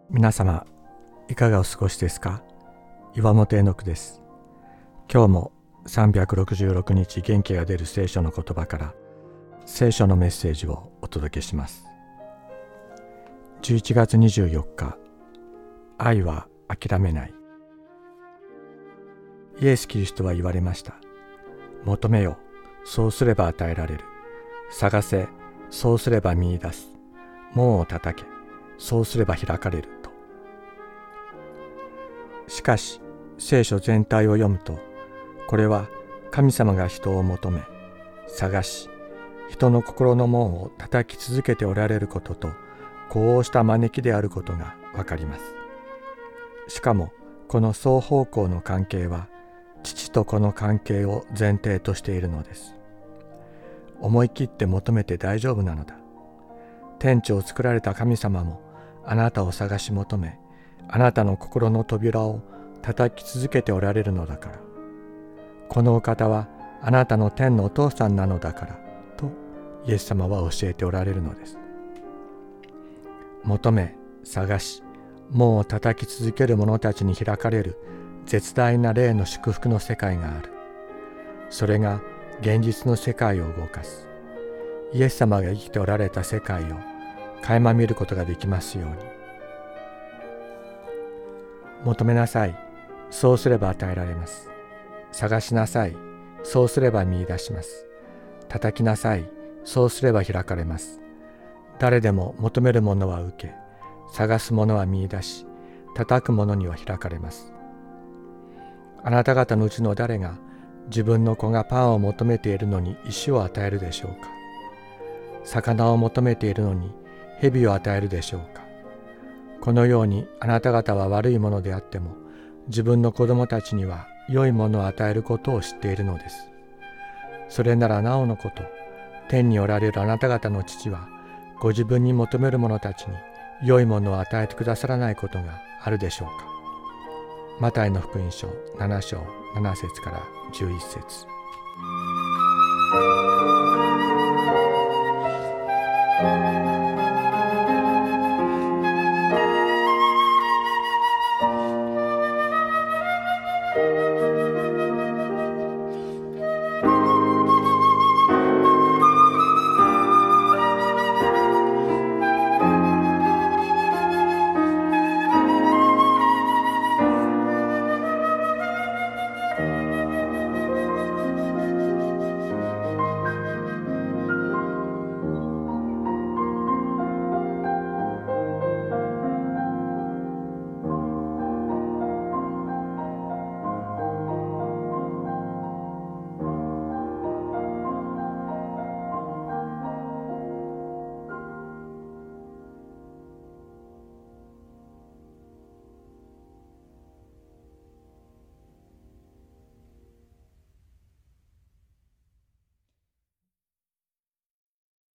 皆様いかがお過ごしですか。岩本絵の句です。今日も366日元気が出る聖書の言葉から聖書のメッセージをお届けします。11月24日、愛は諦めない。イエス・キリストは言われました。求めよ、そうすれば与えられる。探せ、そうすれば見出す。門を叩け、そうすれば開かれると。しかし聖書全体を読むと、これは神様が人を求め、探し、人の心の門を叩き続けておられることと呼応した招きであることがわかります。しかもこの双方向の関係は父と子の関係を前提としているのです。思い切って求めて大丈夫なのだ。天地を作られた神様もあなたを探し求め、あなたの心の扉を叩き続けておられるのだから。このお方はあなたの天のお父さんなのだからとイエス様は教えておられるのです。求め、探し、門を叩き続ける者たちに開かれる絶大な霊の祝福の世界がある。それが現実の世界を動かす。イエス様が生きておられた世界を垣間見ることができますように。求めなさい、そうすれば与えられます。探しなさい、そうすれば見出します。叩きなさい、そうすれば開かれます。誰でも求めるものは受け、探すものは見出し、叩くものには開かれます。あなた方のうちの誰が自分の子がパンを求めているのに石を与えるでしょうか。魚を求めているのに蛇を与えるでしょうか。このようにあなた方は悪いものであっても自分の子供たちには良いものを与えることを知っているのです。それならなおのこと、天におられるあなた方の父はご自分に求める者たちに良いものを与えてくださらないことがあるでしょうか。マタイの福音書7章7節から11節。